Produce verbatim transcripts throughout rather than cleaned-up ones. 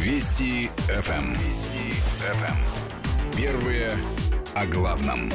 Вести эф эм. Вести эф эм. Первые о главном.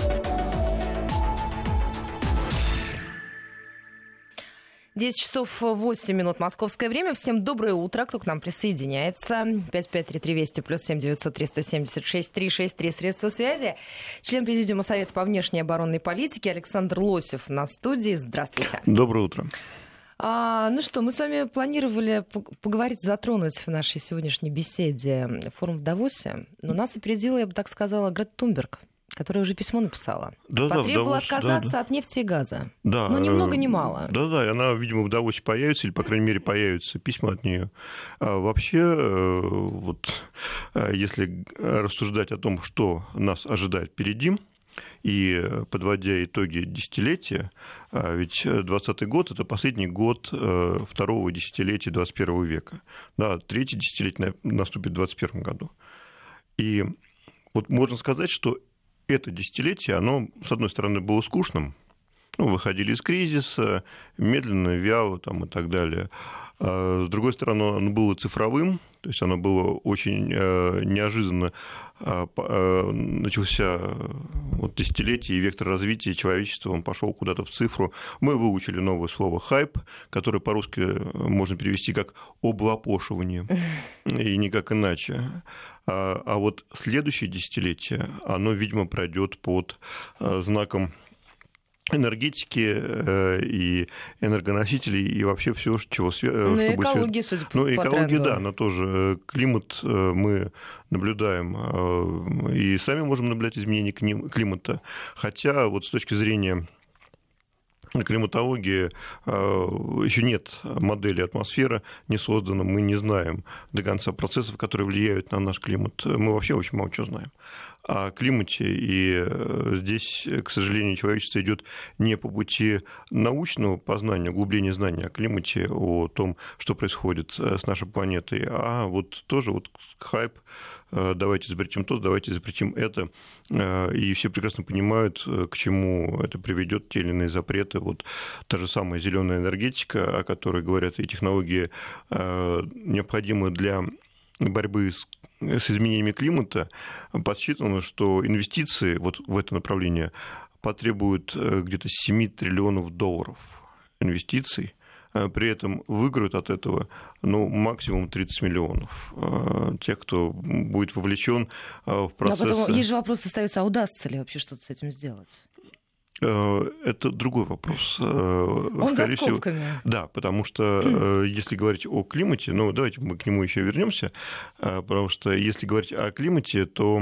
десять часов восемь минут московское время. Всем доброе утро, кто к нам присоединяется. пять пять три три Вести плюс семь девятьсот три сто семьдесят шесть три шесть три средства связи. Член Президиума Совета по внешней оборонной политике Александр Лосев на студии. Здравствуйте. Доброе утро. А, ну что, мы с вами планировали поговорить, затронуть в нашей сегодняшней беседе форум в Давосе, но нас опередила, я бы так сказала, Грета Тунберг, которая уже письмо написала. Да, Потребовала да, Давос, отказаться да, да. от нефти и газа. Да, но ни много ни мало. Да-да, и она, видимо, в Давосе появится, или, по крайней мере, появятся письма от нее. А вообще, вот, если рассуждать о том, что нас ожидает впереди, и подводя итоги десятилетия, ведь двадцатый год – это последний год второго десятилетия двадцать первого века. Да, третье десятилетие наступит в двадцать первом году. И вот можно сказать, что это десятилетие, оно, с одной стороны, было скучным, ну, выходили из кризиса, медленно, вяло там, и так далее. А с другой стороны, оно было цифровым, то есть оно было очень э, неожиданно, э, э, начался вот, десятилетие, и вектор развития человечества, он пошел куда-то в цифру. Мы выучили новое слово «хайп», которое по-русски можно перевести как «облапошивание», и никак иначе. А, а вот следующее десятилетие, оно, видимо, пройдет под э, знаком энергетики э, и энергоносителей, и вообще все, чего... Ну, и экологии, судя по, ну, по экология, тренду. да, но тоже климат мы наблюдаем, э, и сами можем наблюдать изменения климата, хотя вот с точки зрения климатологии еще нет модели атмосферы, не создана, мы не знаем до конца процессов, которые влияют на наш климат. Мы вообще очень мало чего знаем о климате, и здесь, к сожалению, человечество идет не по пути научного познания, углубления знаний о климате, о том, что происходит с нашей планетой, а вот тоже вот хайп, давайте изобретем то, давайте изобретем это, и все прекрасно понимают, к чему это приведет, те или иные запреты. Вот та же самая зеленая энергетика, о которой говорят, и технологии, необходимые для борьбы с с изменениями климата, подсчитано, что инвестиции вот в это направление потребуют где-то семь триллионов долларов инвестиций. При этом выиграют от этого ну, максимум тридцать миллионов. Тех, кто будет вовлечен в процесс... А потом есть же вопрос остается, а удастся ли вообще что-то с этим сделать? Это другой вопрос. Он Скорее за скобками. Всего, да, потому что если говорить о климате, ну давайте мы к нему еще вернемся, потому что если говорить о климате, то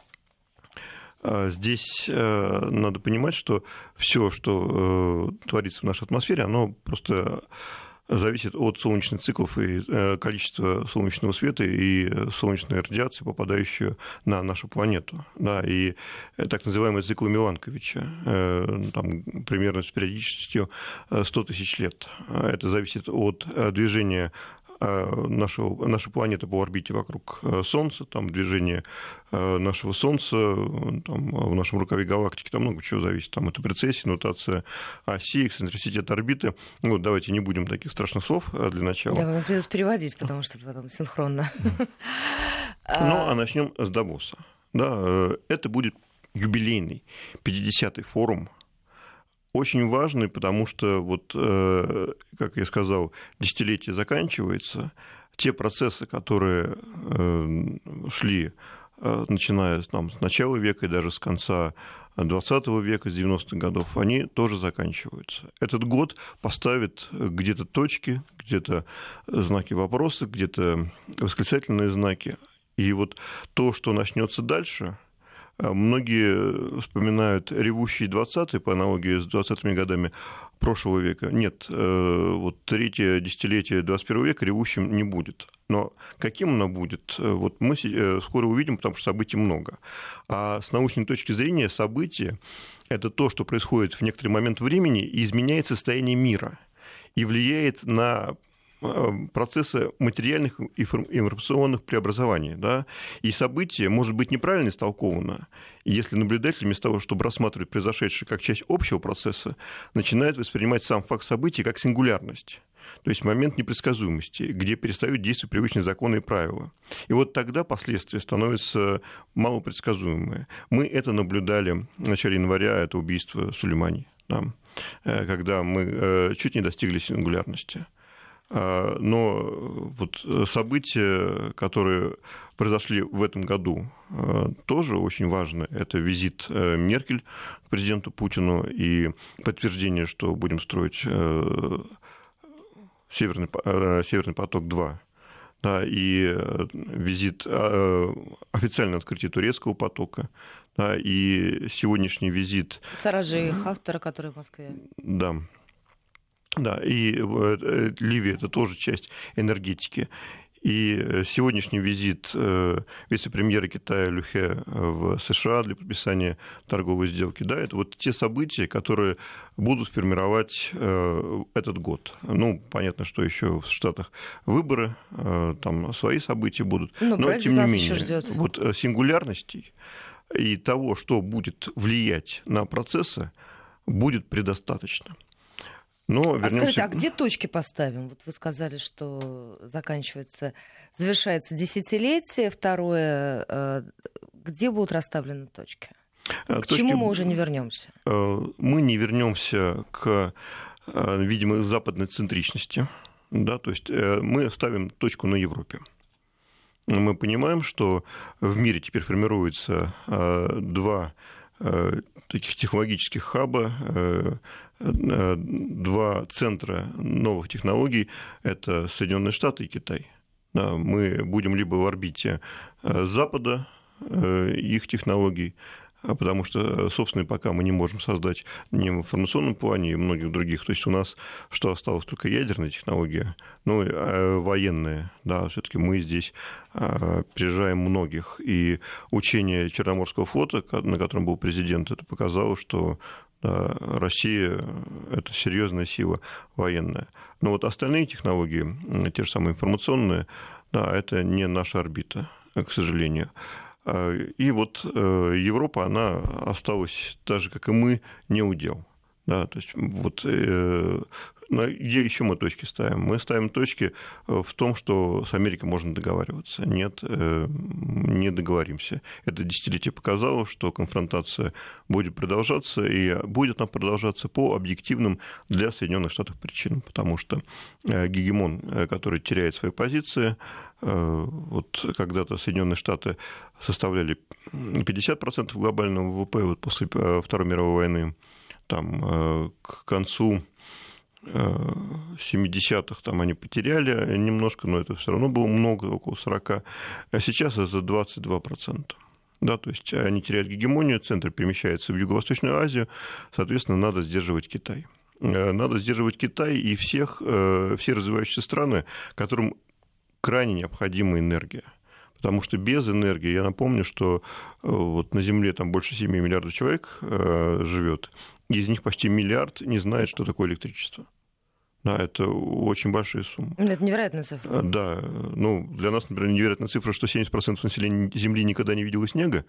здесь надо понимать, что все, что творится в нашей атмосфере, оно просто зависит от солнечных циклов и количества солнечного света и солнечной радиации, попадающей на нашу планету. Да, и так называемые циклы Миланковича, там, примерно с периодичностью сто тысяч лет. Это зависит от движения Нашего, нашей планеты по орбите вокруг Солнца, там движение нашего Солнца, там, в нашем рукаве галактики, там много чего зависит. Там это прецессия, нутация оси, эксцентриситет орбиты. Ну, давайте не будем таких страшных слов для начала. Да, вам придется переводить, потому что потом синхронно. Ну, а начнем с Давоса. Да, это будет юбилейный пятидесятый форум. Очень важный, потому что, вот, как я сказал, десятилетие заканчивается. Те процессы, которые шли, начиная там, с начала века и даже с конца двадцатого века, с девяностых годов, они тоже заканчиваются. Этот год поставит где-то точки, где-то знаки вопроса, где-то восклицательные знаки. И вот то, что начнется дальше... Многие вспоминают ревущие двадцатые по аналогии с двадцатыми годами прошлого века. Нет, вот третье десятилетие двадцать первого века ревущим не будет. Но каким оно будет, вот мы скоро увидим, потому что событий много. А с научной точки зрения события – это то, что происходит в некоторый момент времени и изменяет состояние мира и влияет на процессы материальных и информационных преобразований. Да? И событие может быть неправильно истолковано, если наблюдатель вместо того, чтобы рассматривать произошедшее как часть общего процесса, начинает воспринимать сам факт событий как сингулярность. То есть момент непредсказуемости, где перестают действовать привычные законы и правила. И вот тогда последствия становятся малопредсказуемые. Мы это наблюдали в начале января, это убийство Сулеймани, да, когда мы чуть не достигли сингулярности. Но вот события, которые произошли в этом году, тоже очень важны. Это визит Меркель к президенту Путину и подтверждение, что будем строить Северный, Северный поток-два. Да, и визит, официальное открытие турецкого потока, да, и сегодняшний визит... Сараджи Хафтара, который в Москве. Да. Да, и Ливия – это тоже часть энергетики. И сегодняшний визит вице-премьера Китая Люхе в США для подписания торговой сделки, да, это вот те события, которые будут формировать этот год. Ну, понятно, что еще в Штатах выборы, там свои события будут, но, но тем не менее, вот сингулярностей и того, что будет влиять на процессы, будет предостаточно. Но вернемся... А скажите, а где точки поставим? Вот вы сказали, что заканчивается, завершается десятилетие. Второе, где будут расставлены точки? К точки... чему мы уже не вернемся? Мы не вернемся к, видимо, западной центричности. Да, то есть мы ставим точку на Европе. Мы понимаем, что в мире теперь формируется два таких технологических хаба, два центра новых технологий – это Соединенные Штаты и Китай. Да, мы будем либо в орбите Запада, их технологий, потому что, собственно, пока мы не можем создать ни в информационном плане и многих других. То есть у нас что осталось? Только ядерная технология, ну, военная. Да, все-таки мы здесь опережаем многих. И учение Черноморского флота, на котором был президент, это показало, что да, Россия – это серьезная сила военная. Но вот остальные технологии, те же самые информационные, да, это не наша орбита, к сожалению. И вот Европа, она осталась, так же, как и мы, не удел. Да, то есть вот где еще мы точки ставим? Мы ставим точки в том, что с Америкой можно договариваться. Нет, не договоримся. Это десятилетие показало, что конфронтация будет продолжаться, и будет она продолжаться по объективным для Соединенных Штатов причинам, потому что гегемон, который теряет свои позиции, вот когда-то Соединенные Штаты составляли пятьдесят процентов глобального ВВП вот после Второй мировой войны, там, к концу семидесятых там они потеряли немножко, но это все равно было много, около сорока, а сейчас это двадцать два процента. Да, то есть они теряют гегемонию, центр перемещается в Юго-Восточную Азию, соответственно, надо сдерживать Китай. Надо сдерживать Китай и всех, все развивающиеся страны, которым крайне необходима энергия. Потому что без энергии, я напомню, что вот на Земле там больше семь миллиардов человек живет, из них почти миллиард не знает, что такое электричество. Да, это очень большие суммы. Это невероятная цифра. Да, ну, для нас, например, невероятная цифра, что семьдесят процентов населения Земли никогда не видело снега.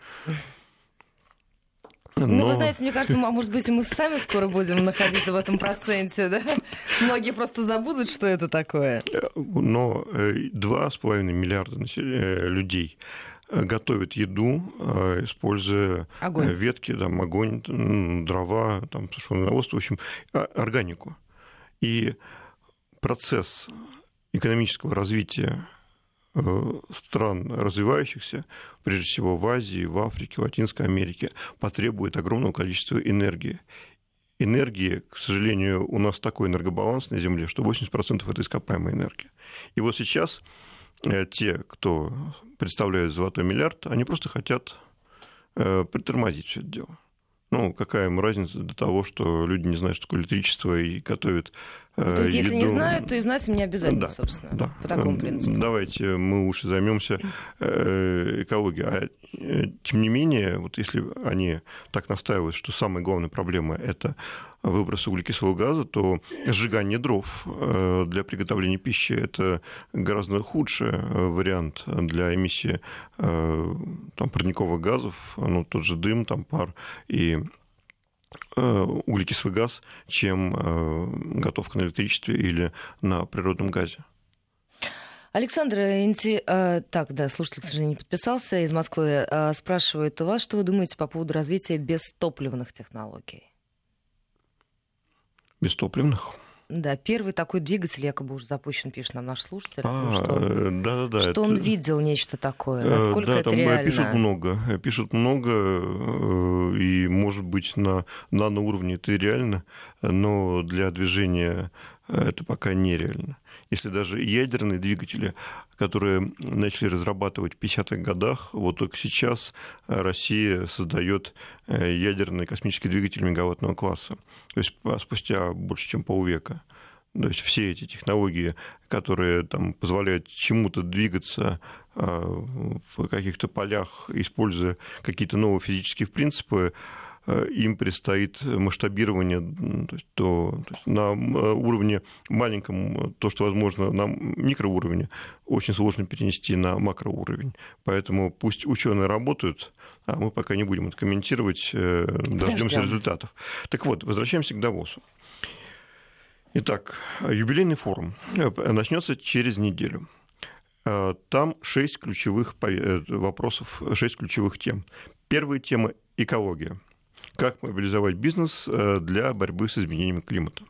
Но... Ну, вы знаете, мне кажется, может быть, мы сами скоро будем находиться в этом проценте, да? Многие просто забудут, что это такое. Но два с половиной миллиарда людей готовят еду, используя огонь. Ветки, там, огонь, дрова, там, сушеное навоз, в общем, органику. И процесс экономического развития стран развивающихся, прежде всего в Азии, в Африке, в Латинской Америке, потребует огромного количества энергии. Энергии, к сожалению, у нас такой энергобаланс на Земле, что восемьдесят процентов это ископаемая энергия. И вот сейчас те, кто представляют золотой миллиард, они просто хотят притормозить все это дело. Ну, какая им разница до того, что люди не знают, что такое электричество, и готовят ну, то есть, еду. Если не знают, то и знать им не обязательно, да, собственно, да. по такому принципу. Давайте мы лучше займемся экологией. А тем не менее, вот если они так настаивают, что самая главная проблема – это выброс углекислого газа, то сжигание дров для приготовления пищи – это гораздо худший вариант для эмиссии там, парниковых газов, ну, тот же дым, там, пар и углекислый газ, чем готовка на электричестве или на природном газе. Александр, интер... так, да, слушатель, к сожалению, не подписался, из Москвы спрашивает у вас, что вы думаете по поводу развития бестопливных технологий? Бестопливных? Да, первый такой двигатель якобы уже запущен, пишет нам наш слушатель, а, что, да, да, да, что это... он видел нечто такое, насколько да, это там реально? Пишут много, пишут много, и, может быть, на наноуровне это и реально, но для движения это пока нереально. Если даже ядерные двигатели, которые начали разрабатывать в пятидесятых годах, вот только сейчас Россия создает ядерный космический двигатель мегаваттного класса, то есть спустя больше, чем полвека. То есть все эти технологии, которые там позволяют чему-то двигаться в каких-то полях, используя какие-то новые физические принципы, им предстоит масштабирование то есть, то, то есть на уровне маленьком, то, что возможно на микроуровне, очень сложно перенести на макроуровень. Поэтому пусть ученые работают, а мы пока не будем это комментировать, дождемся результатов. Так вот, возвращаемся к Давосу. Итак, юбилейный форум начнется через неделю. Там шесть ключевых вопросов, шесть ключевых тем. Первая тема – экология. Как мобилизовать бизнес для борьбы с изменением климата.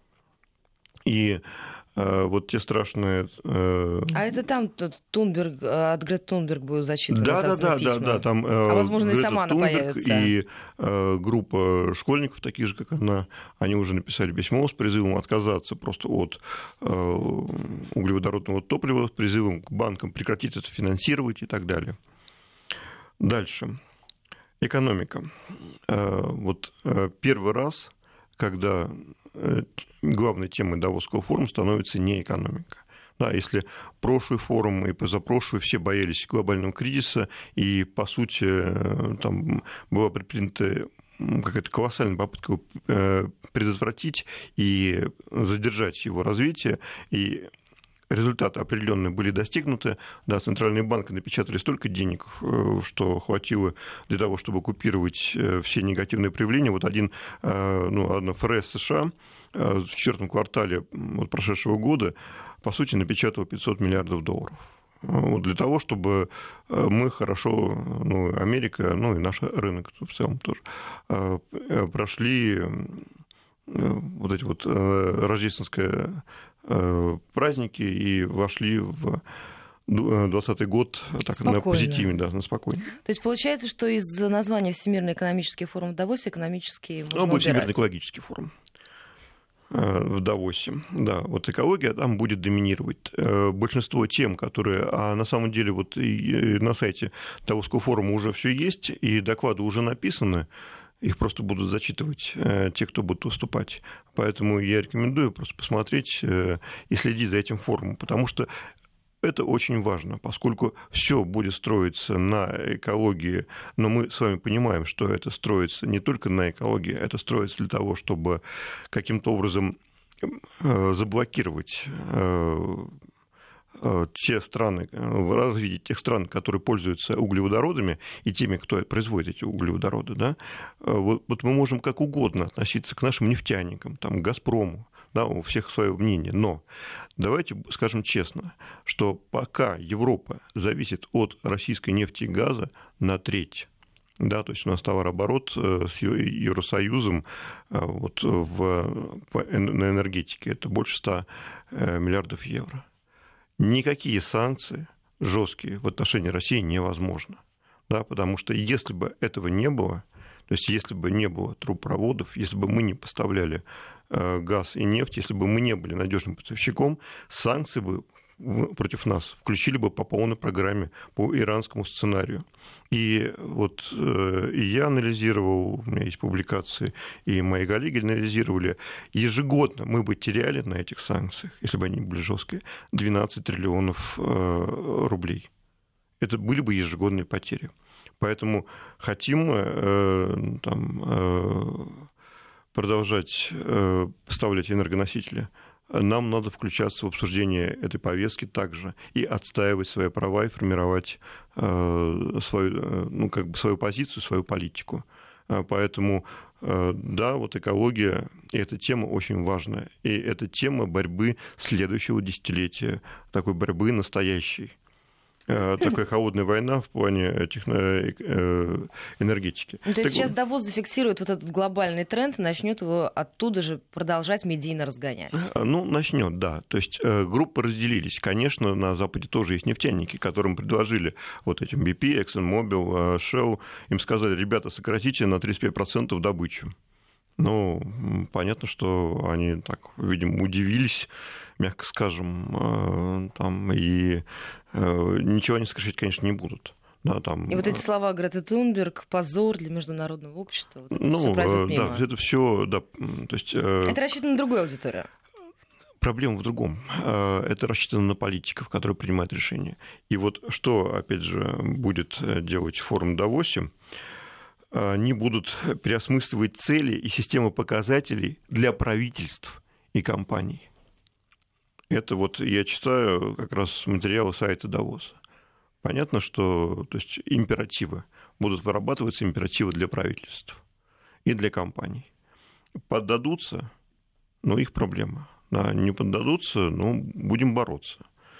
И вот те страшные... А это там Тунберг, от Греты Тунберг будет зачитывать да, да, да, письма. Да, да, там а возможно, Грета и сама Тунберг она появится. И группа школьников, таких же, как она, они уже написали письмо с призывом отказаться просто от углеводородного топлива, с призывом к банкам прекратить это финансировать и так далее. Дальше. Экономика. Вот первый раз, когда главной темой Давосского форума становится не экономика. Да, если прошлый форум и позапрошлый все боялись глобального кризиса, и, по сути, там была предпринята какая-то колоссальная попытка предотвратить и задержать его развитие, и результаты определенные были достигнуты. Да, центральные банки напечатали столько денег, что хватило для того, чтобы купировать все негативные проявления. Вот один, ну, одна эф эр эс США в четвертом квартале вот прошедшего года, по сути, напечатала пятьсот миллиардов долларов. Вот для того, чтобы мы хорошо, ну, Америка, ну и наш рынок в целом тоже, прошли вот эти вот рождественское праздники и вошли в двадцатый год так, на позитиве, да, на спокойно. То есть получается, что из названия Всемирный экономический форум в Давосе экономический можно убирать? Будет Всемирный экологический форум в Давосе. Да, вот экология там будет доминировать. Большинство тем, которые... А на самом деле вот и на сайте Давосского форума уже все есть, и доклады уже написаны, их просто будут зачитывать те, кто будут выступать. Поэтому я рекомендую просто посмотреть и следить за этим форумом, потому что это очень важно, поскольку все будет строиться на экологии, но мы с вами понимаем, что это строится не только на экологии, это строится для того, чтобы каким-то образом заблокировать те страны, развитие тех стран, которые пользуются углеводородами, и теми, кто производит эти углеводороды, да, вот, вот мы можем как угодно относиться к нашим нефтяникам, там, к «Газпрому», да, у всех свое мнение, но давайте скажем честно, что пока Европа зависит от российской нефти и газа на треть, да, то есть у нас товарооборот с Евросоюзом вот, в, на энергетике это больше ста миллиардов евро. Никакие санкции жесткие в отношении России невозможно. Да, потому что если бы этого не было, то есть если бы не было трубопроводов, если бы мы не поставляли газ и нефть, если бы мы не были надежным поставщиком, санкции бы против нас включили бы по полной программе по иранскому сценарию. И вот и я анализировал, у меня есть публикации, и мои коллеги анализировали, ежегодно мы бы теряли на этих санкциях, если бы они были жесткие, двенадцать триллионов рублей. Это были бы ежегодные потери. Поэтому хотим э, там, э, продолжать э, поставлять энергоносители, нам надо включаться в обсуждение этой повестки также и отстаивать свои права и формировать э, свою, ну, как бы свою позицию, свою политику. Поэтому да, вот экология, и эта тема очень важная. И это тема борьбы следующего десятилетия, такой борьбы настоящей. Такая холодная война в плане техно... энергетики. Ну, то есть так... сейчас Давос зафиксирует вот этот глобальный тренд и начнет его оттуда же продолжать медийно разгонять. Ну, начнет, да. То есть группы разделились. Конечно, на Западе тоже есть нефтяники, которым предложили вот этим би пи, ExxonMobil, Shell, им сказали: ребята, сократите на тридцать пять процентов добычу. Ну, понятно, что они так, видимо, удивились, мягко скажем, там, и ничего они сокращать, конечно, не будут. Да, там... И вот эти слова Греты Тунберг, позор для международного общества, вот это ну, все пройдет мимо. Да, это все, да, то есть... Это рассчитано на другую аудиторию. Проблема в другом. Это рассчитано на политиков, которые принимают решения. И вот что, опять же, будет делать форум в Давосе, они будут переосмысливать цели и системы показателей для правительств и компаний. Это вот я читаю как раз материалы сайта Давоса. Понятно, что то есть, императивы. Будут вырабатываться императивы для правительств и для компаний. Поддадутся, ну, их проблема. Да, не поддадутся, ну, будем бороться.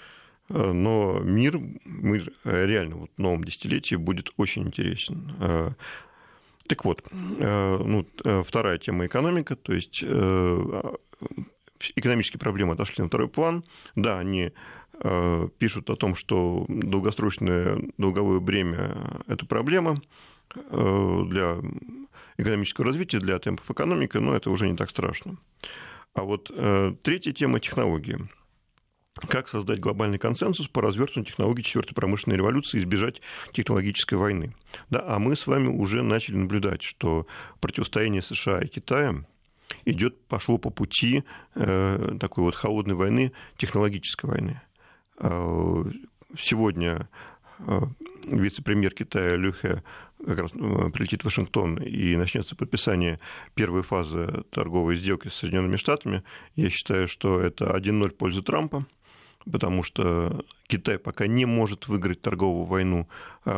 Но мир, мир реально вот в новом десятилетии будет очень интересен. Так вот, ну, вторая тема — экономика, то есть экономические проблемы отошли на второй план. Да, они пишут о том, что долгосрочное долговое бремя — это проблема для экономического развития, для темпов экономики, но это уже не так страшно. А вот третья тема — технологии. Как создать глобальный консенсус по развертыванию технологий четвертой промышленной революции и избежать технологической войны. Да, а мы с вами уже начали наблюдать, что противостояние США и Китая идет, пошло по пути э, такой вот холодной войны, технологической войны. Э, сегодня э, вице-премьер Китая Лю Хэ как раз прилетит в Вашингтон, и начнется подписание первой фазы торговой сделки с Соединенными Штатами. Я считаю, что это один ноль в пользу Трампа, потому что Китай пока не может выиграть торговую войну,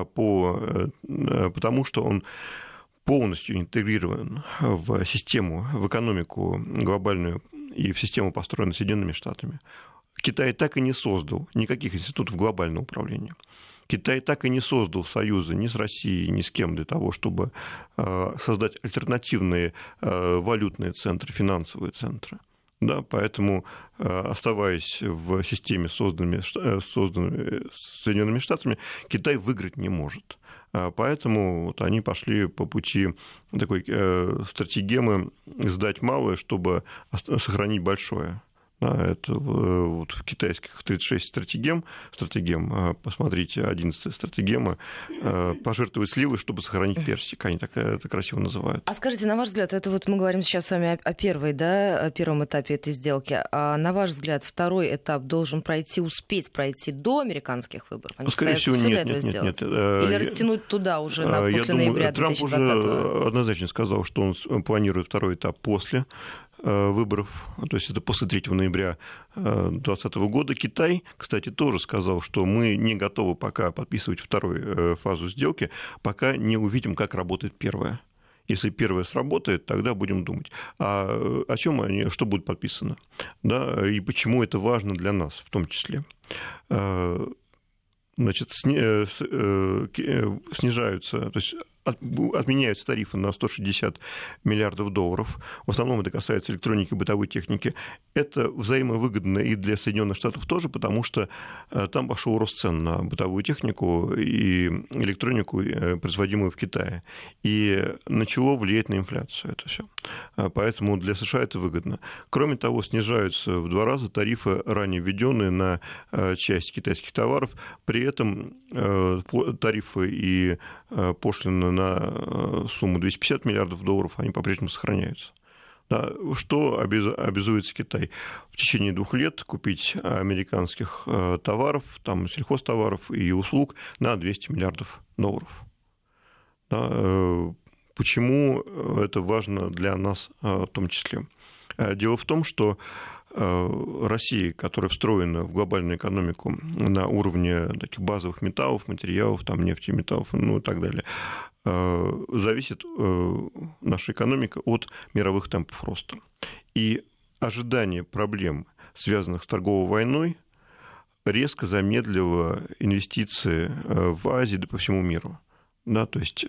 по, потому что он полностью интегрирован в систему, в экономику глобальную и в систему, построенную Соединенными Штатами. Китай так и не создал никаких институтов глобального управления. Китай так и не создал союза ни с Россией, ни с кем для того, чтобы создать альтернативные валютные центры, финансовые центры. Да, поэтому, оставаясь в системе, созданной, созданной Соединенными Штатами, Китай выиграть не может. Поэтому вот они пошли по пути такой стратегемы сдать малое, чтобы сохранить большое. Да, это вот в китайских тридцать шесть стратегем, стратегем, посмотрите, одиннадцатая стратегема, пожертвовать сливой, чтобы сохранить персик, они так это красиво называют. А скажите, на ваш взгляд, это вот мы говорим сейчас с вами о первой, да, о первом этапе этой сделки, а на ваш взгляд второй этап должен пройти, успеть пройти до американских выборов? Они Скорее всего, нет, нет, нет, нет. Или я, растянуть туда уже на, после я думаю, ноября две тысячи двадцатого? Трамп уже однозначно сказал, что он планирует второй этап после выборов, то есть это после третьего ноября две тысячи двадцатого года. Китай, кстати, тоже сказал, что мы не готовы пока подписывать вторую фазу сделки, пока не увидим, как работает первая. Если первая сработает, тогда будем думать, а о чем они, что будет подписано, да, и почему это важно для нас в том числе. Значит, снижаются, то есть отменяются тарифы на сто шестьдесят миллиардов долларов. В основном это касается электроники и бытовой техники. Это взаимовыгодно и для Соединенных Штатов тоже, потому что там пошел рост цен на бытовую технику и электронику, производимую в Китае. И начало влиять на инфляцию это все. Поэтому для США это выгодно. Кроме того, снижаются в два раза тарифы, ранее введенные на часть китайских товаров. При этом тарифы и пошлины на сумму двести пятьдесят миллиардов долларов, они по-прежнему сохраняются. Да, что обязуется Китай? В течение двух лет купить американских товаров, там, сельхозтоваров и услуг на двести миллиардов долларов. Да, почему это важно для нас в том числе? Дело в том, что России, которая встроена в глобальную экономику на уровне таких базовых металлов, материалов, там, нефти, металлов, ну и так далее, зависит наша экономика от мировых темпов роста. И ожидание проблем, связанных с торговой войной, резко замедлило инвестиции в Азии да по всему миру. Да, то есть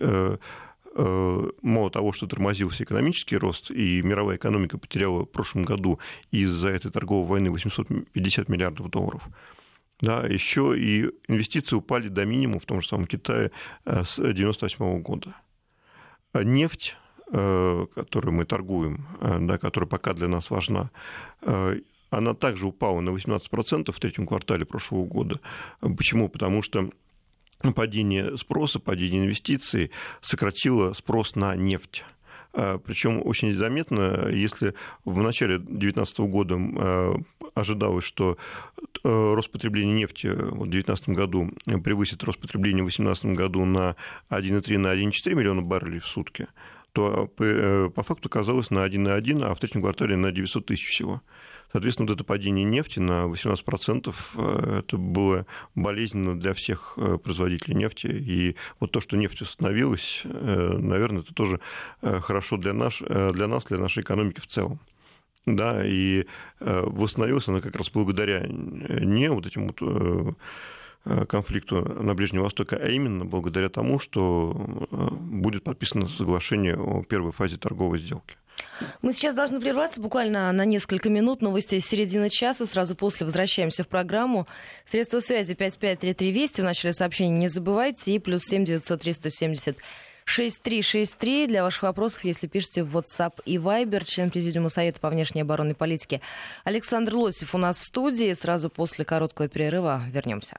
мало того, что тормозился экономический рост, и мировая экономика потеряла в прошлом году из-за этой торговой войны восемьсот пятьдесят миллиардов долларов, да, еще и инвестиции упали до минимума в том же самом Китае с девяносто восьмого года. Нефть, которую мы торгуем, да, которая пока для нас важна, она также упала на восемнадцать процентов в третьем квартале прошлого года. Почему? Потому что падение спроса, падение инвестиций сократило спрос на нефть. Причем очень заметно, если в начале две тысячи девятнадцатого года ожидалось, что рост потребления нефти в две тысячи девятнадцатом году превысит рост потребления в две тысячи восемнадцатом году на один и три - на один и четыре миллиона баррелей в сутки, то по факту оказалось на один и один, а в третьем квартале на девятьсот тысяч всего. Соответственно, вот это падение нефти на восемнадцать процентов, это было болезненно для всех производителей нефти. И вот то, что нефть остановилась, наверное, это тоже хорошо для нас, для нас, для нашей экономики в целом. Да, и восстановилась она как раз благодаря не вот этим вот конфликту на Ближнем Востоке, а именно благодаря тому, что будет подписано соглашение о первой фазе торговой сделки. Мы сейчас должны прерваться буквально на несколько минут. Новости с середины часа. Сразу после возвращаемся в программу. Средства связи пять пять три три Вести. В начале сообщения не забывайте. И плюс семь девятьсот три сто семьдесят шесть три шесть три. Для ваших вопросов, если пишете в WhatsApp и Viber. Член Президиума Совета по внешней оборонной политике Александр Лосев у нас в студии. Сразу после короткого перерыва вернемся.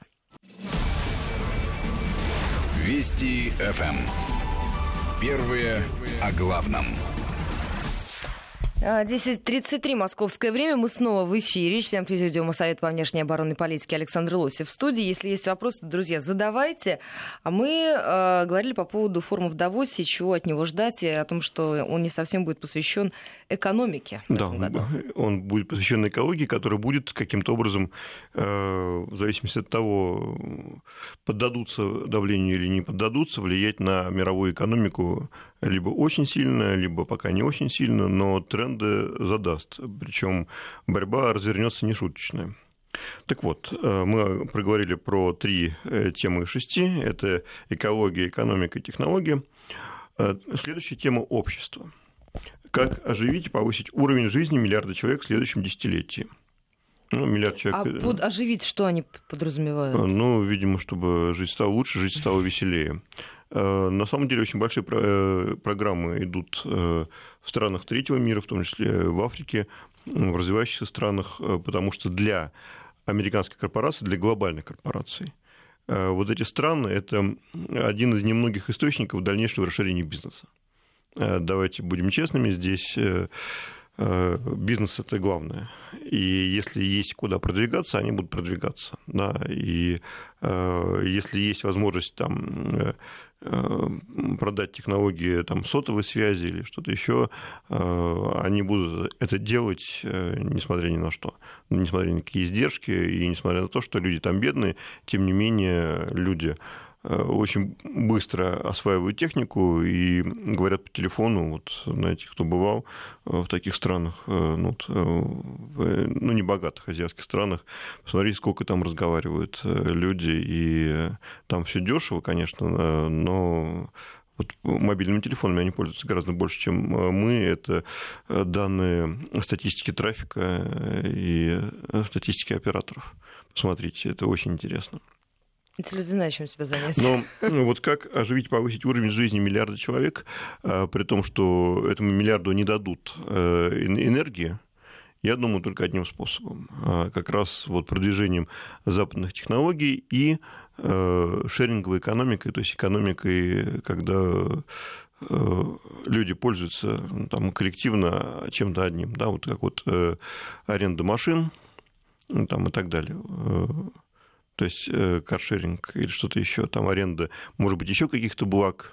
Вести эф эм. Первые о главном. десять тридцать три московское время. Мы снова в эфире. Член Президиума Совета по внешней оборонной политике Александр Лосев в студии. Если есть вопросы, друзья, задавайте. А мы э, говорили по поводу форума в Давосе, чего от него ждать, и о том, что он не совсем будет посвящен экономике в да, этом году. Он будет посвящен экологии, которая будет каким-то образом, э, в зависимости от того, поддадутся давлению или не поддадутся, влиять на мировую экономику либо очень сильно, либо пока не очень сильно, но тренды задаст. Причем борьба развернется нешуточная. Так вот, мы проговорили про три темы из шести. Это экология, экономика и технология. Следующая тема – общество. Как оживить и повысить уровень жизни миллиарда человек в следующем десятилетии. Ну, миллиард человек... А под оживить что они подразумевают? Ну, видимо, чтобы жизнь стала лучше, жизнь стала веселее. На самом деле очень большие программы идут в странах третьего мира, в том числе в Африке, в развивающихся странах, потому что для американских корпораций, для глобальных корпораций, вот эти страны – это один из немногих источников дальнейшего расширения бизнеса. Давайте будем честными, здесь бизнес – это главное. И если есть куда продвигаться, они будут продвигаться. Да? И если есть возможность там продать технологии там, сотовой связи или что-то еще, они будут это делать, несмотря ни на что, несмотря ни на какие издержки, и несмотря на то, что люди там бедные, тем не менее люди очень быстро осваивают технику и говорят по телефону, вот, знаете, кто бывал в таких странах, ну, в, ну, небогатых азиатских странах, посмотрите, сколько там разговаривают люди, и там все дешево, конечно, но вот мобильными телефонами они пользуются гораздо больше, чем мы. Это данные статистики трафика и статистики операторов. Посмотрите, это очень интересно. Эти люди знают, чем себя занять. Но ну, вот как оживить, повысить уровень жизни миллиарда человек, при том, что этому миллиарду не дадут энергии, я думаю, только одним способом. Как раз вот продвижением западных технологий и шеринговой экономикой, то есть экономикой, когда люди пользуются там, коллективно чем-то одним, да, вот как вот аренда машин там, и так далее. То есть каршеринг или что-то еще, там аренда, может быть, еще каких-то благ.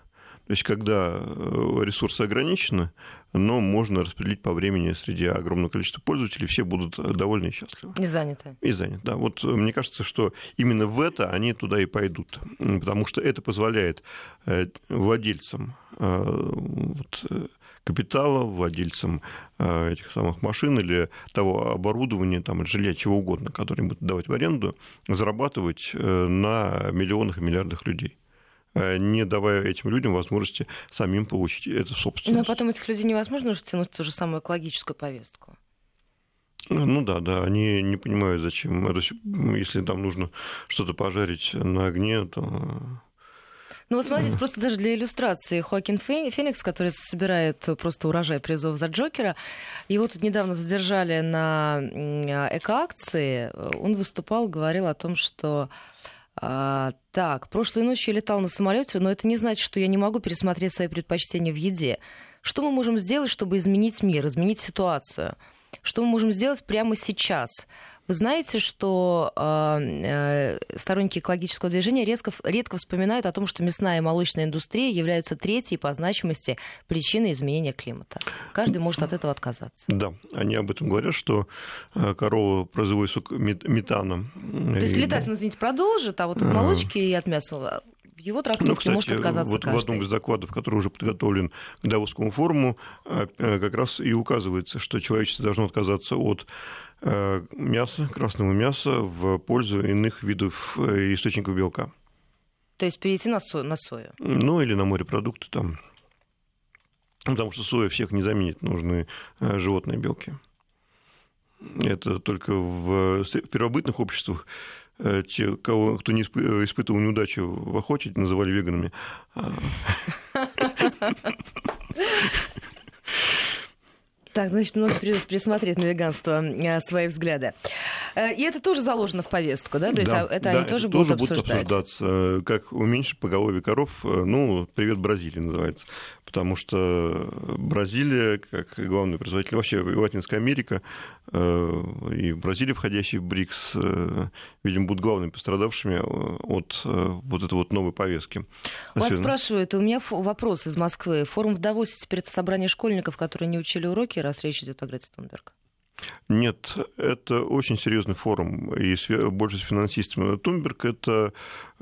То есть, когда ресурсы ограничены, но можно распределить по времени среди огромного количества пользователей, все будут довольны и счастливы. И заняты. И заняты, да. Вот мне кажется, что именно в это они туда и пойдут, потому что это позволяет владельцам вот, капитала, владельцам этих самых машин или того оборудования, там, жилья, чего угодно, которое им будут давать в аренду, зарабатывать на миллионах и миллиардах людей, не давая этим людям возможности самим получить эту собственность. Но потом этих людей невозможно же тянуть в ту же самую экологическую повестку. Ну да, да, они не понимают, зачем. Если там нужно что-то пожарить на огне, то... Ну вот смотрите, просто даже для иллюстрации. Хоакин Феникс, который собирает просто урожай призов за Джокера, его тут недавно задержали на экоакции. Он выступал, говорил о том, что... А, так, прошлой ночью я летал на самолете, но это не значит, что я не могу пересмотреть свои предпочтения в еде. Что мы можем сделать, чтобы изменить мир, изменить ситуацию? Что мы можем сделать прямо сейчас? Вы знаете, что э, сторонники экологического движения резко, редко вспоминают о том, что мясная и молочная индустрия являются третьей по значимости причиной изменения климата. Каждый может от этого отказаться. Да, они об этом говорят, что корова производит сок метана. То есть летать, ну, извините, продолжит, а вот от молочки и от мяса... В его трактовке, ну, кстати, может отказаться вот каждый. В одном из докладов, который уже подготовлен к Давосскому форуму, как раз и указывается, что человечество должно отказаться от мяса, красного мяса в пользу иных видов источников белка. То есть перейти на, со- на сою? Ну, или на морепродукты там. Потому что соя всех не заменит, нужны животные белки. Это только в первобытных обществах те, кого, кто не испытывал неудачу в охоте, называли веганами. Так, значит, нужно пересмотреть на веганство свои взгляды. И это тоже заложено в повестку, да? То есть да, это да, они это тоже, тоже будут обсуждать. будут обсуждаться, как уменьшить поголовье коров. Ну, привет Бразилии называется. Потому что Бразилия, как главный производитель, вообще Латинская Америка и Бразилия, входящие в БРИКС, видимо, будут главными пострадавшими от вот этой вот новой повестки. Вас спрашивают, у меня вопрос из Москвы. Форум в Давосе теперь это собрание школьников, которые не учили уроки, раз речь идет о Грете Тунберг? Нет, это очень серьезный форум, и больше с финансистами. Тунберг — это,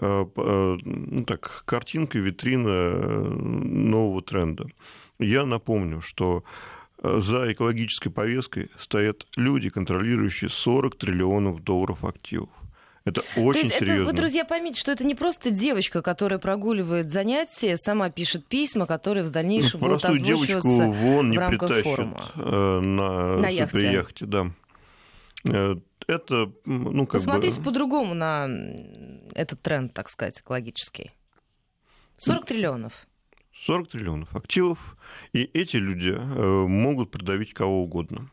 ну, так, картинка, витрина нового тренда. Я напомню, что за экологической повесткой стоят люди, контролирующие сорок триллионов долларов активов. Это очень есть, серьезно. Это, вы, друзья, поймите, что это не просто девочка, которая прогуливает занятия, сама пишет письма, которые в дальнейшем ну, будут озвучиваться девочку вон не в рамках притащат форума. На, на яхте. яхте, да. Это, ну, как Посмотрите бы... по-другому на этот тренд, так сказать, экологический. сорок триллионов. сорок триллионов активов, и эти люди могут продавить кого угодно.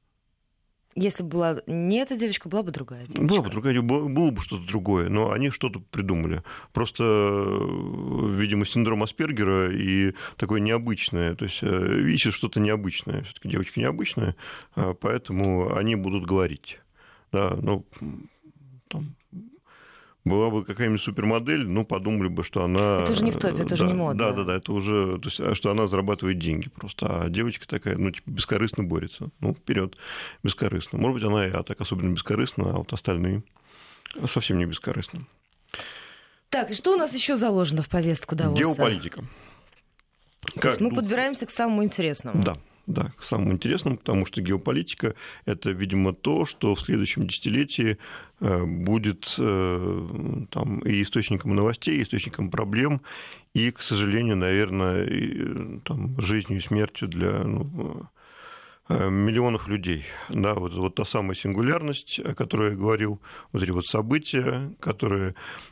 Если бы была не эта девочка, была бы другая девочка. Была бы другая, было бы что-то другое, но они что-то придумали. Просто, видимо, синдром Аспергера и такое необычное. То есть ищут что-то необычное. Все-таки девочка необычная, поэтому они будут говорить. Да, ну, там, была бы какая-нибудь супермодель, ну, подумали бы, что она... Это уже не в топе, это да, уже не модно. Да, да, да, это уже, то есть, что она зарабатывает деньги просто, а девочка такая, ну, типа, бескорыстно борется. Ну, вперед, бескорыстно. Может быть, она и так особенно бескорыстна, а вот остальные совсем не бескорыстны. Так, и что у нас еще заложено в повестку Давоса? Геополитика. То есть мы подбираемся к самому интересному. Да. Да, к самому интересному, потому что геополитика – это, видимо, то, что в следующем десятилетии будет там, и источником новостей, и источником проблем, и, к сожалению, наверное, и, там, жизнью и смертью для ну, миллионов людей. Да, вот, вот та самая сингулярность, о которой я говорил, вот эти вот события, которые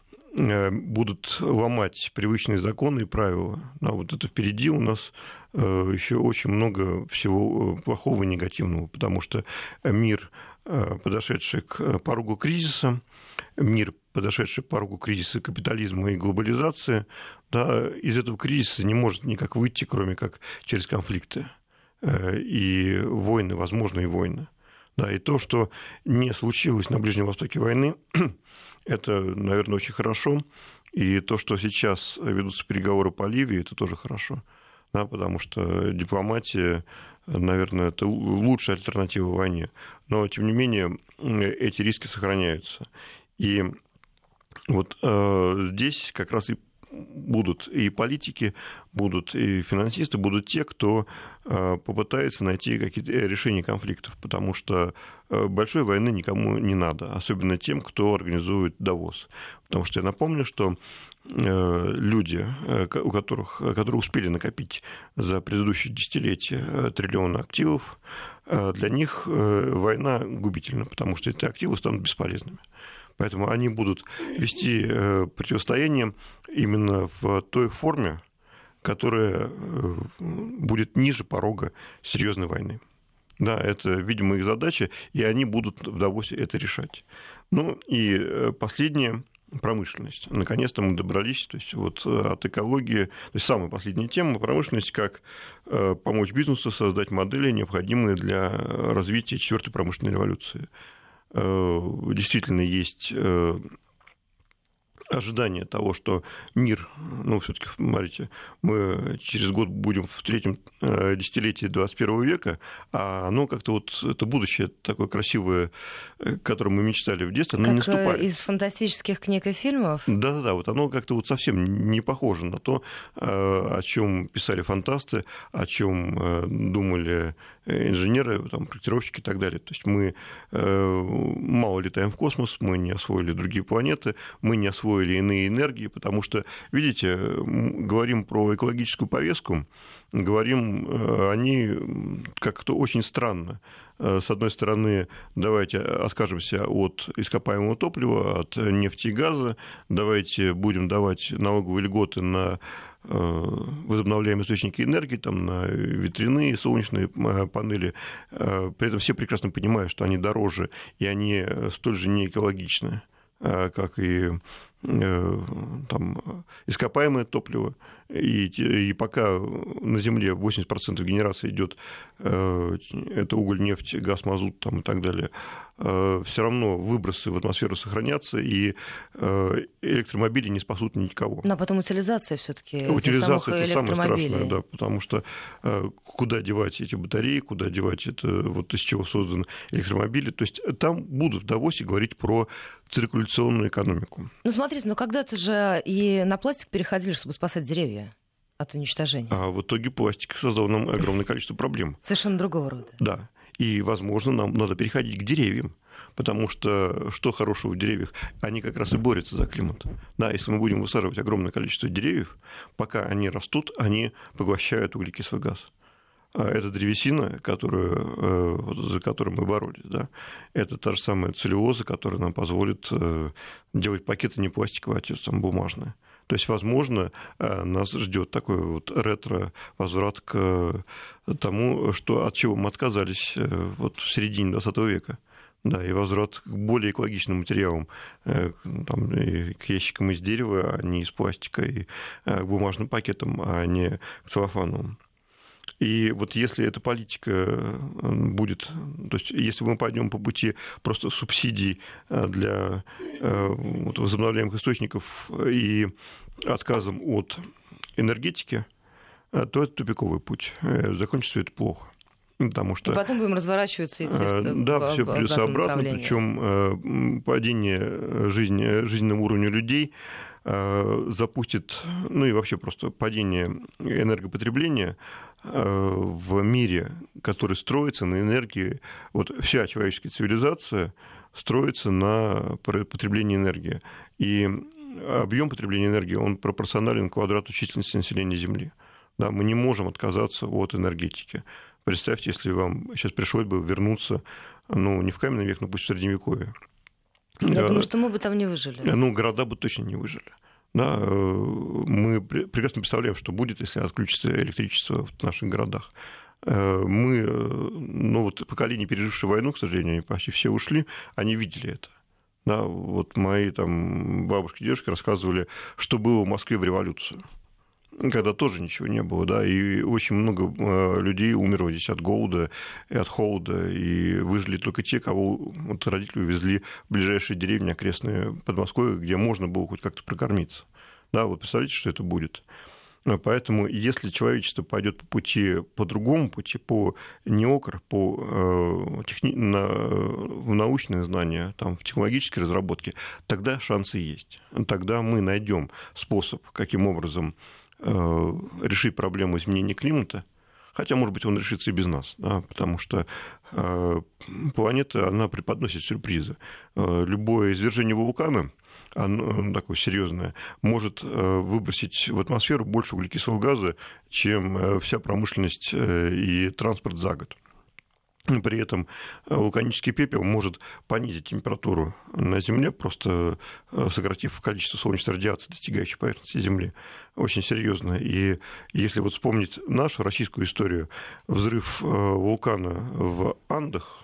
будут ломать привычные законы и правила. А вот это впереди у нас еще очень много всего плохого и негативного, потому что мир, подошедший к порогу кризиса, мир, подошедший к порогу кризиса капитализма и глобализации, да, из этого кризиса не может никак выйти, кроме как через конфликты и войны, возможные войны. Да, и то, что не случилось на Ближнем Востоке войны, это, наверное, очень хорошо. И то, что сейчас ведутся переговоры по Ливии, это тоже хорошо, да, потому что дипломатия, наверное, это лучшая альтернатива войне. Но, тем не менее, эти риски сохраняются. И вот э, здесь как раз и будут и политики, будут и финансисты, будут те, кто э, попытается найти какие-то решения конфликтов, потому что э, большой войны никому не надо, особенно тем, кто организует Давос. Потому что я напомню, что э, люди, э, у которых, которые успели накопить за предыдущие десятилетия триллионы активов, э, для них э, война губительна, потому что эти активы станут бесполезными. Поэтому они будут вести противостояние именно в той форме, которая будет ниже порога серьезной войны. Да, это, видимо, их задача, и они будут в Давосе это решать. Ну и последнее — промышленность. Наконец-то мы добрались, то есть вот от экологии, то есть самая последняя тема — промышленность, как помочь бизнесу создать модели, необходимые для развития четвертой промышленной революции. Действительно есть ожидание того, что мир, ну, все-таки, смотрите, мы через год будем в третьем десятилетии двадцать первого века, а оно как-то вот, это будущее такое красивое, о котором мы мечтали в детстве, оно как не наступает. Из фантастических книг и фильмов? Да-да-да, вот оно как-то вот совсем не похоже на то, о чем писали фантасты, о чем думали инженеры, там, проектировщики и так далее. То есть мы мало летаем в космос, мы не освоили другие планеты, мы не освоили или иные энергии, потому что, видите, говорим про экологическую повестку, говорим о ней как-то очень странно. С одной стороны, давайте откажемся от ископаемого топлива, от нефти и газа, давайте будем давать налоговые льготы на возобновляемые источники энергии, там, на ветряные, солнечные панели. При этом все прекрасно понимают, что они дороже, и они столь же не экологичны, как и там, ископаемое топливо, и, и пока на Земле восемьдесят процентов генерации идет э, это уголь, нефть, газ, мазут там, и так далее, э, все равно выбросы в атмосферу сохранятся, и э, электромобили не спасут никого. Но потом утилизация все-таки утилизация это самое страшное, да, потому что э, куда девать эти батареи, куда девать это, вот из чего созданы электромобили, то есть там будут в Давосе говорить про циркуляционную экономику. Ну, смотрите, но когда-то же и на пластик переходили, чтобы спасать деревья от уничтожения. А в итоге пластик создал нам огромное количество проблем. Совершенно другого рода. Да. И, возможно, нам надо переходить к деревьям, потому что что хорошего в деревьях? Они как раз и борются за климат. Да, если мы будем высаживать огромное количество деревьев, пока они растут, они поглощают углекислый газ. Это древесина, которую, за которую мы боролись. Да? Это та же самая целлюлоза, которая нам позволит делать пакеты не пластиковые, а там бумажные. То есть, возможно, нас ждет такой вот ретро-возврат к тому, что, от чего мы отказались вот в середине двадцатого века. Да, и возврат к более экологичным материалам, там, и к ящикам из дерева, а не из пластика, и к бумажным пакетам, а не к целлофановым. И вот если эта политика будет, то есть если мы пойдем по пути просто субсидий для вот, возобновляемых источников и отказом от энергетики, то это тупиковый путь. Закончится это плохо. Потому что, и потом будем разворачиваться, естественно, да, в, все в плюс обратно, причем падение жизни, жизненного уровня людей запустит, ну и вообще просто падение энергопотребления в мире, который строится на энергии. Вот вся человеческая цивилизация строится на потреблении энергии. И объем потребления энергии, он пропорционален квадрату численности населения Земли. Да, мы не можем отказаться от энергетики. Представьте, если вам сейчас пришлось бы вернуться, ну, не в каменный век, но пусть в Средневековье. Я а, думаю, что мы бы там не выжили. Ну, города бы точно не выжили. Да, мы прекрасно представляем, что будет, если отключится электричество в наших городах. Мы, ну, вот поколение, пережившее войну, к сожалению, они почти все ушли, они видели это. Да, вот мои там бабушки и дедушки рассказывали, что было в Москве в революцию, когда тоже ничего не было, да, и очень много людей умерло здесь от голода и от холода, и выжили только те, кого вот родители увезли в ближайшие деревни окрестные Подмосковья, где можно было хоть как-то прокормиться. Да, вот представляете, что это будет. Поэтому, если человечество пойдет по пути, по другому пути, по неокр, по э, техни... на... в научные знания, там, в технологические разработки, тогда шансы есть. Тогда мы найдем способ, каким образом э, решить проблему изменения климата. Хотя, может быть, он решится и без нас, да, потому что э, планета, она преподносит сюрпризы. Э, любое извержение вулкана, оно такое серьезное, может выбросить в атмосферу больше углекислого газа, чем вся промышленность и транспорт за год. При этом вулканический пепел может понизить температуру на Земле, просто сократив количество солнечной радиации, достигающей поверхности Земли. Очень серьезно. И если вот вспомнить нашу российскую историю, взрыв вулкана в Андах,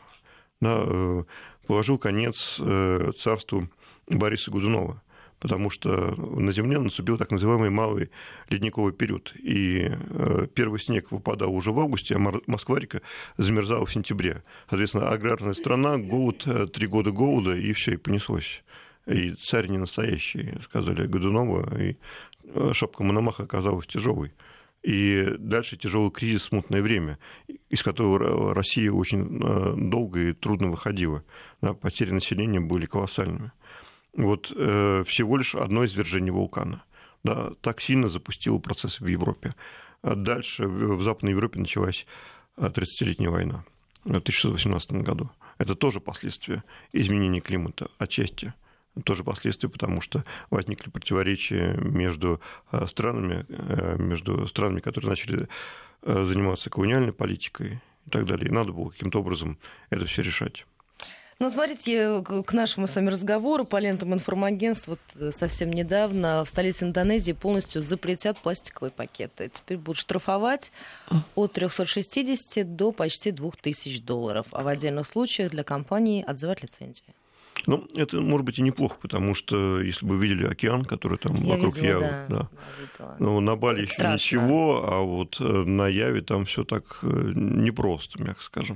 да, положил конец царству Бориса Годунова, потому что на Земле наступил так называемый малый ледниковый период. И первый снег выпадал уже в августе, а Москва-река замерзала в сентябре. Соответственно, аграрная страна, голод, три года голода, и все, и понеслось. И царь не настоящий, сказали Годунова, и шапка Мономаха оказалась тяжелой. И дальше тяжелый кризис, смутное время, из которого Россия очень долго и трудно выходила. Потери населения были колоссальными. Вот э, всего лишь одно извержение вулкана. Да, так сильно запустило процессы в Европе. А дальше в Западной Европе началась тридцатилетняя война в тысяча шестьсот восемнадцатом году. Это тоже последствия изменения климата, отчасти. Тоже последствия, потому что возникли противоречия между странами, между странами, которые начали заниматься колониальной политикой и так далее. И надо было каким-то образом это все решать. Ну, смотрите, к нашему с вами разговору по лентам информагентств вот совсем недавно в столице Индонезии полностью запретят пластиковые пакеты. Теперь будут штрафовать от триста шестьдесят до почти двух тысяч долларов, а в отдельных случаях для компании отзывать лицензии. Ну, это, может быть, и неплохо, потому что, если бы вы видели океан, который там Я вокруг видела, Явы, да, да. Да, Но на Бали еще страшно. Ничего, а вот на Яве там все так непросто, мягко скажем.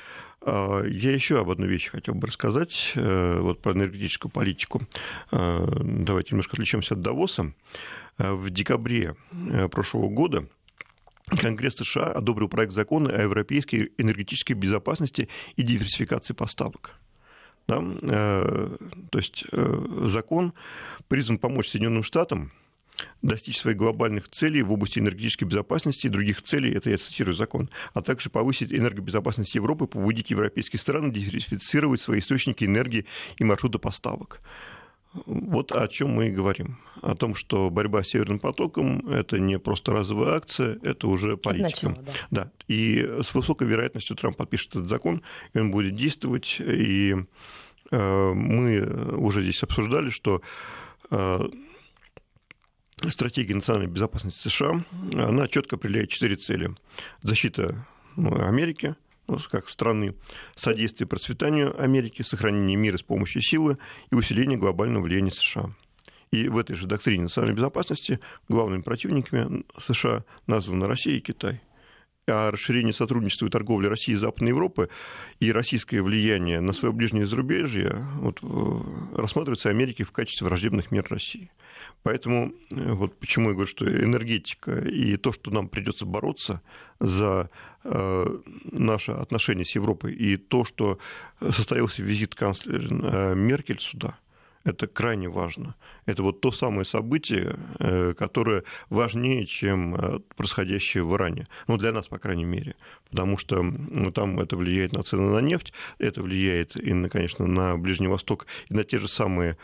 Я еще об одной вещи хотел бы рассказать, вот про энергетическую политику. Давайте немножко отвлечемся от Давоса. В декабре прошлого года Конгресс США одобрил проект закона о европейской энергетической безопасности и диверсификации поставок. Да? То есть закон призван помочь Соединенным Штатам достичь своих глобальных целей в области энергетической безопасности и других целей, это я цитирую закон, а также повысить энергобезопасность Европы, побудить европейские страны диверсифицировать свои источники энергии и маршруты поставок. Вот о чем мы и говорим. О том, что борьба с Северным потоком – это не просто разовая акция, это уже политика. Начало, да. Да. И с высокой вероятностью Трамп подпишет этот закон, и он будет действовать. И э, мы уже здесь обсуждали, что э, стратегия национальной безопасности США, она четко определяет четыре цели. Защита Америки, как страны, содействие процветанию Америки, сохранение мира с помощью силы и усиление глобального влияния США. И в этой же доктрине национальной безопасности главными противниками США названы Россия и Китай. А расширение сотрудничества и торговли России и Западной Европы и российское влияние на свое ближнее зарубежье вот, рассматривается Америкой в качестве враждебных мер России. Поэтому вот почему я говорю, что энергетика и то, что нам придется бороться за э, наши отношения с Европой, и то, что состоялся визит канцлера Меркель сюда, это крайне важно. Это вот то самое событие, которое важнее, чем происходящее в Иране. Ну, для нас, по крайней мере. Потому что ну, там это влияет на цены на нефть, это влияет, и, конечно, на Ближний Восток, и на те же самые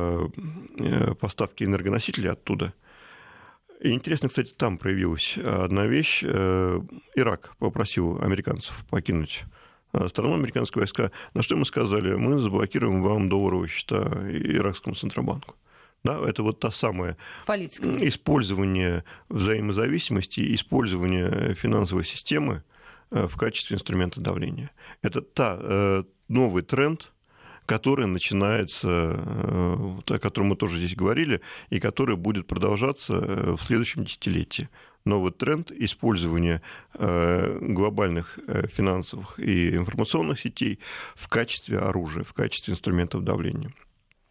поставки энергоносителей оттуда. И интересно, кстати, там проявилась одна вещь. Ирак попросил американцев покинуть страну, американские войска, на что мы сказали, мы заблокируем вам долларовые счета иракскому Центробанку. Да, это вот та самая политика. Использование взаимозависимости, использование финансовой системы в качестве инструмента давления. Это та, новый тренд, который начинается, о котором мы тоже здесь говорили, и который будет продолжаться в следующем десятилетии. Новый тренд использования глобальных финансовых и информационных сетей в качестве оружия, в качестве инструментов давления.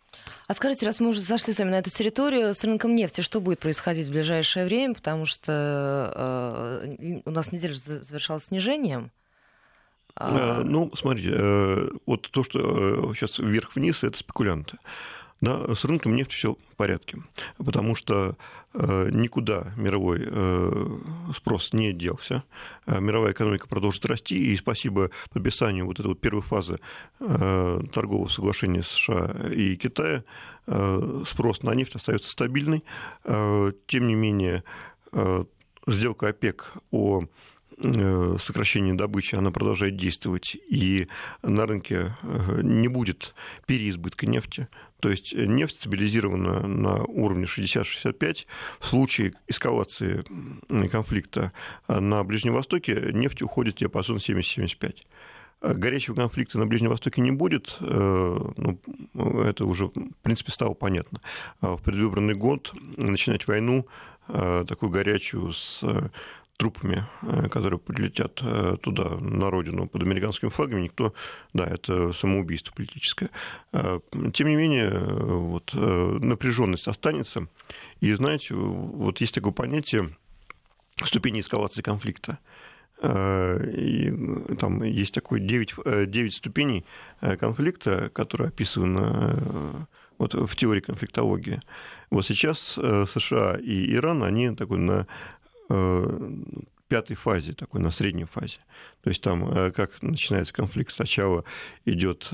А скажите, раз мы уже зашли с вами на эту территорию, с рынком нефти что будет происходить в ближайшее время? Потому что э, у нас неделя завершалась снижением. А... Ну, смотрите, э, вот то, что э, сейчас вверх-вниз, это спекулянты. Да, с рынком нефти все в порядке, потому что э, никуда мировой э, спрос не делся. Э, мировая экономика продолжит расти, и спасибо подписанию вот этой вот первой фазы э, торгового соглашения США и Китая э, спрос на нефть остается стабильный. Э, тем не менее, э, сделка ОПЕК о сокращение добычи, она продолжает действовать, и на рынке не будет переизбытка нефти. То есть нефть стабилизирована на уровне шестьдесят - шестьдесят пять. В случае эскалации конфликта на Ближнем Востоке нефть уходит в диапазон семьдесят - семьдесят пять. Горячего конфликта на Ближнем Востоке не будет, ну, это уже, в принципе, стало понятно. В предвыборный год начинать войну такую горячую с трупами, которые прилетят туда, на родину, под американскими флагами, никто... Да, это самоубийство политическое. Тем не менее, вот, напряженность останется. И, знаете, вот есть такое понятие ступени эскалации конфликта. И там есть такое девять, девять ступеней конфликта, которые описаны вот в теории конфликтологии. Вот сейчас США и Иран, они такой на пятой фазе, такой на средней фазе. То есть там, как начинается конфликт, сначала идет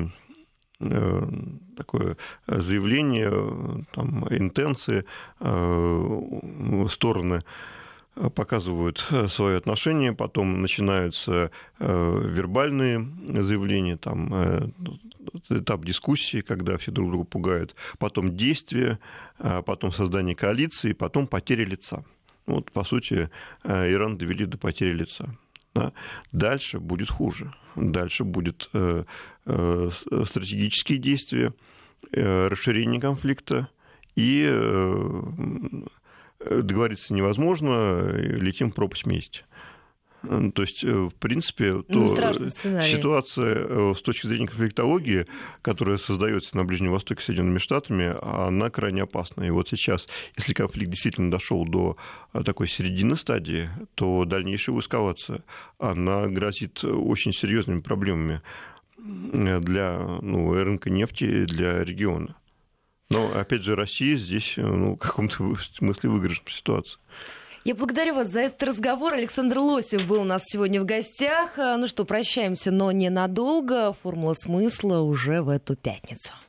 такое заявление, там, интенции, стороны показывают свои отношения, потом начинаются вербальные заявления, там, этап дискуссии, когда все друг друга пугают, потом действия, потом создание коалиции, потом потеря лица. Вот, по сути, Иран довели до потери лица. Да? Дальше будет хуже. Дальше будут э, э, стратегические действия, э, расширение конфликта, и э, договориться невозможно, летим в пропасть вместе. То есть, в принципе, ну, то ситуация с точки зрения конфликтологии, которая создается на Ближнем Востоке Соединенными Штатами, она крайне опасна. И вот сейчас, если конфликт действительно дошел до такой середины стадии, то дальнейшая эскалация, она грозит очень серьезными проблемами для, ну, рынка нефти, для региона. Но, опять же, Россия здесь, ну, в каком-то смысле выигрышной ситуации. Я благодарю вас за этот разговор. Александр Лосев был у нас сегодня в гостях. Ну что, прощаемся, но ненадолго. Формула смысла уже в эту пятницу.